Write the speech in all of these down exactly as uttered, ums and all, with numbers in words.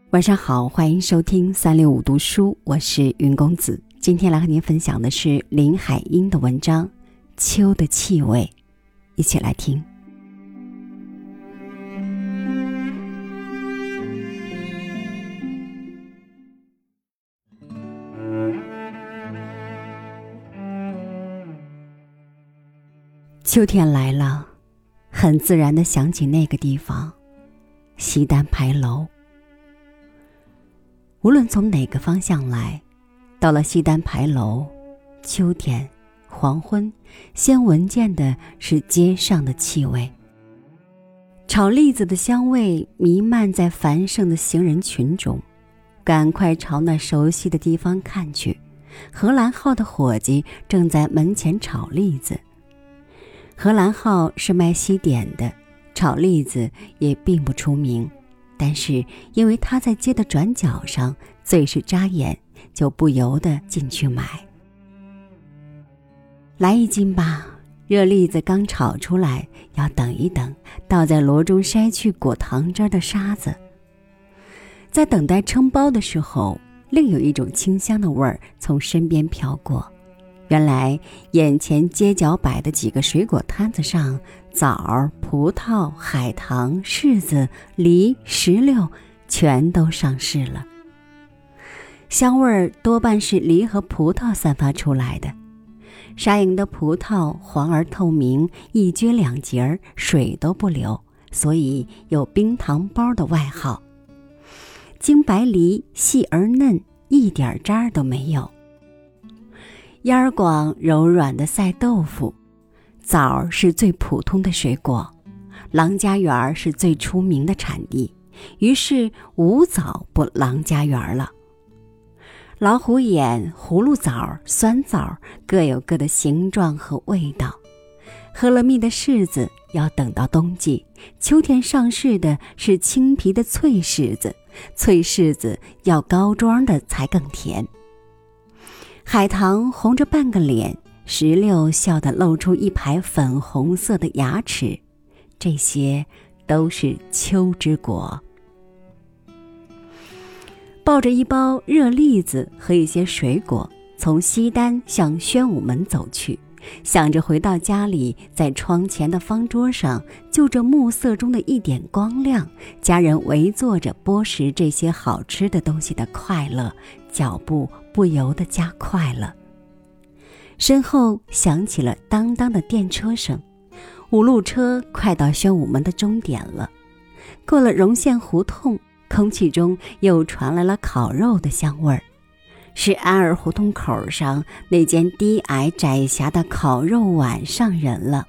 晚上好，欢迎收听三六五读书，我是云公子。今天来和您分享的是林海音的文章《秋的气味》，一起来听。秋天来了，很自然地想起那个地方，西单牌楼。无论从哪个方向来，到了西单牌楼，秋天黄昏，先闻见的是街上的气味。炒栗子的香味弥漫在繁盛的行人群中，赶快朝那熟悉的地方看去，荷兰号的伙计正在门前炒栗子。荷兰号是卖西点的，炒栗子也并不出名，但是因为他在街的转角上最是扎眼，就不由得进去买。来一斤吧，热栗子刚炒出来，要等一等，倒在箩中筛去裹糖汁的沙子。在等待称包的时候，另有一种清香的味儿从身边飘过。原来眼前街角摆的几个水果摊子上，枣、葡萄、海棠、柿子、梨、石榴全都上市了。香味儿多半是梨和葡萄散发出来的。沙莹的葡萄黄而透明，一撅两节，水都不流，所以有冰糖包的外号。京白梨细而嫩，一点渣都没有。烟儿广柔软的赛豆腐，枣是最普通的水果，郎家园是最出名的产地，于是无枣不郎家园了。老虎眼、葫芦枣、酸枣各有各的形状和味道。喝了蜜的柿子要等到冬季，秋天上市的是青皮的脆柿子，脆柿子要高庄的才更甜。海棠红着半个脸，石榴笑得露出一排粉红色的牙齿，这些都是秋之果。抱着一包热栗子和一些水果，从西单向宣武门走去，想着回到家里，在窗前的方桌上，就着暮色中的一点光亮，家人围坐着剥食这些好吃的东西的快乐，脚步不由得加快了。身后响起了当当的电车声，五路车快到宣武门的终点了。过了荣县胡同，空气中又传来了烤肉的香味儿，是安儿胡同口上那间低矮窄狭的烤肉碗上人了。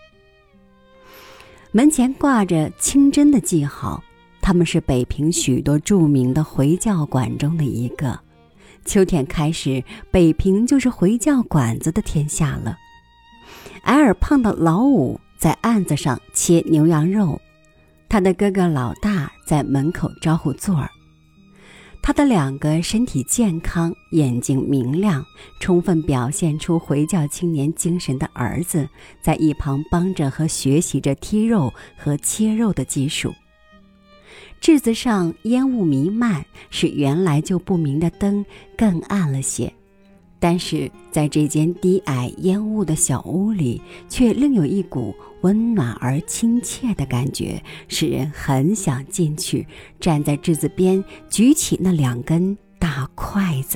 门前挂着清真的记号，他们是北平许多著名的回教馆中的一个。秋天开始，北平就是回教馆子的天下了。矮而胖的老五在案子上切牛羊肉，他的哥哥老大在门口招呼座儿。他的两个身体健康、眼睛明亮，充分表现出回教青年精神的儿子，在一旁帮着和学习着剔肉和切肉的技术。炙子上烟雾弥漫，使原来就不明的灯更暗了些，但是在这间低矮烟雾的小屋里，却另有一股温暖而亲切的感觉，使人很想进去，站在炙子边，举起那两根大筷子。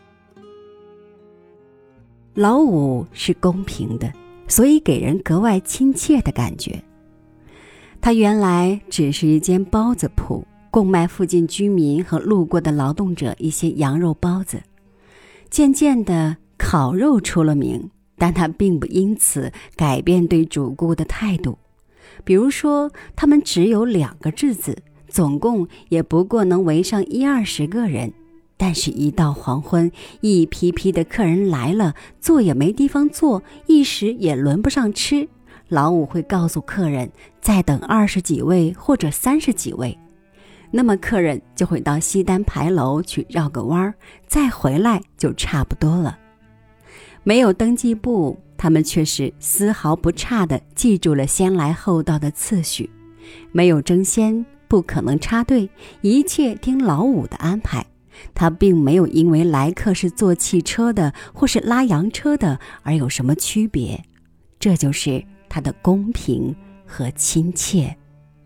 老五是公平的，所以给人格外亲切的感觉。他原来只是一间包子铺，供卖附近居民和路过的劳动者一些羊肉包子。渐渐的，烤肉出了名，但他并不因此改变对主顾的态度。比如说，他们只有两个炙子，总共也不过能围上一二十个人，但是一到黄昏，一批批的客人来了，坐也没地方坐，一时也轮不上吃。老五会告诉客人再等二十几位或者三十几位，那么客人就会到西单牌楼去绕个弯，再回来就差不多了。没有登记簿，他们却是丝毫不差地记住了先来后到的次序。没有争先， 不可能插队，一切听老五的安排。他并没有因为来客是坐汽车的或是拉洋车的而有什么区别，这就是他的公平和亲切。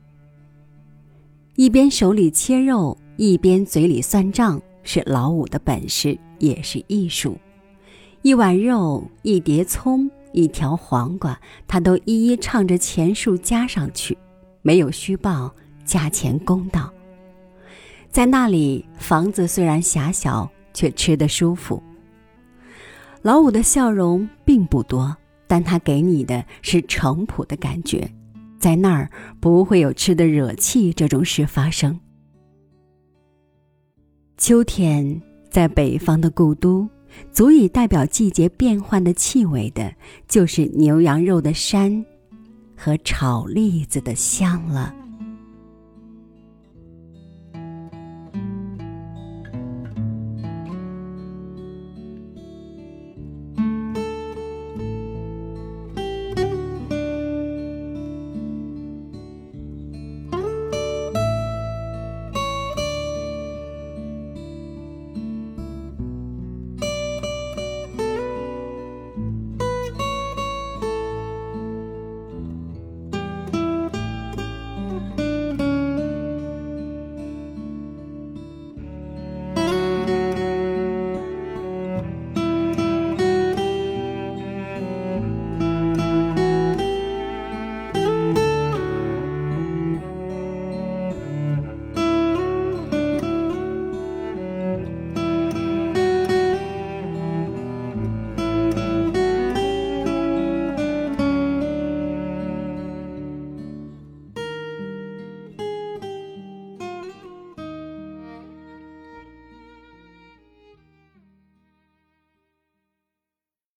一边手里切肉，一边嘴里算账，是老五的本事，也是艺术。一碗肉，一碟葱，一条黄瓜，他都一一唱着钱数加上去，没有虚报，价钱公道。在那里，房子虽然狭小，却吃得舒服。老五的笑容并不多，但他给你的是淳朴的感觉，在那儿不会有吃得惹气这种事发生。秋天在北方的故都，足以代表季节变换的气味的，就是牛羊肉的膻和炒栗子的香了。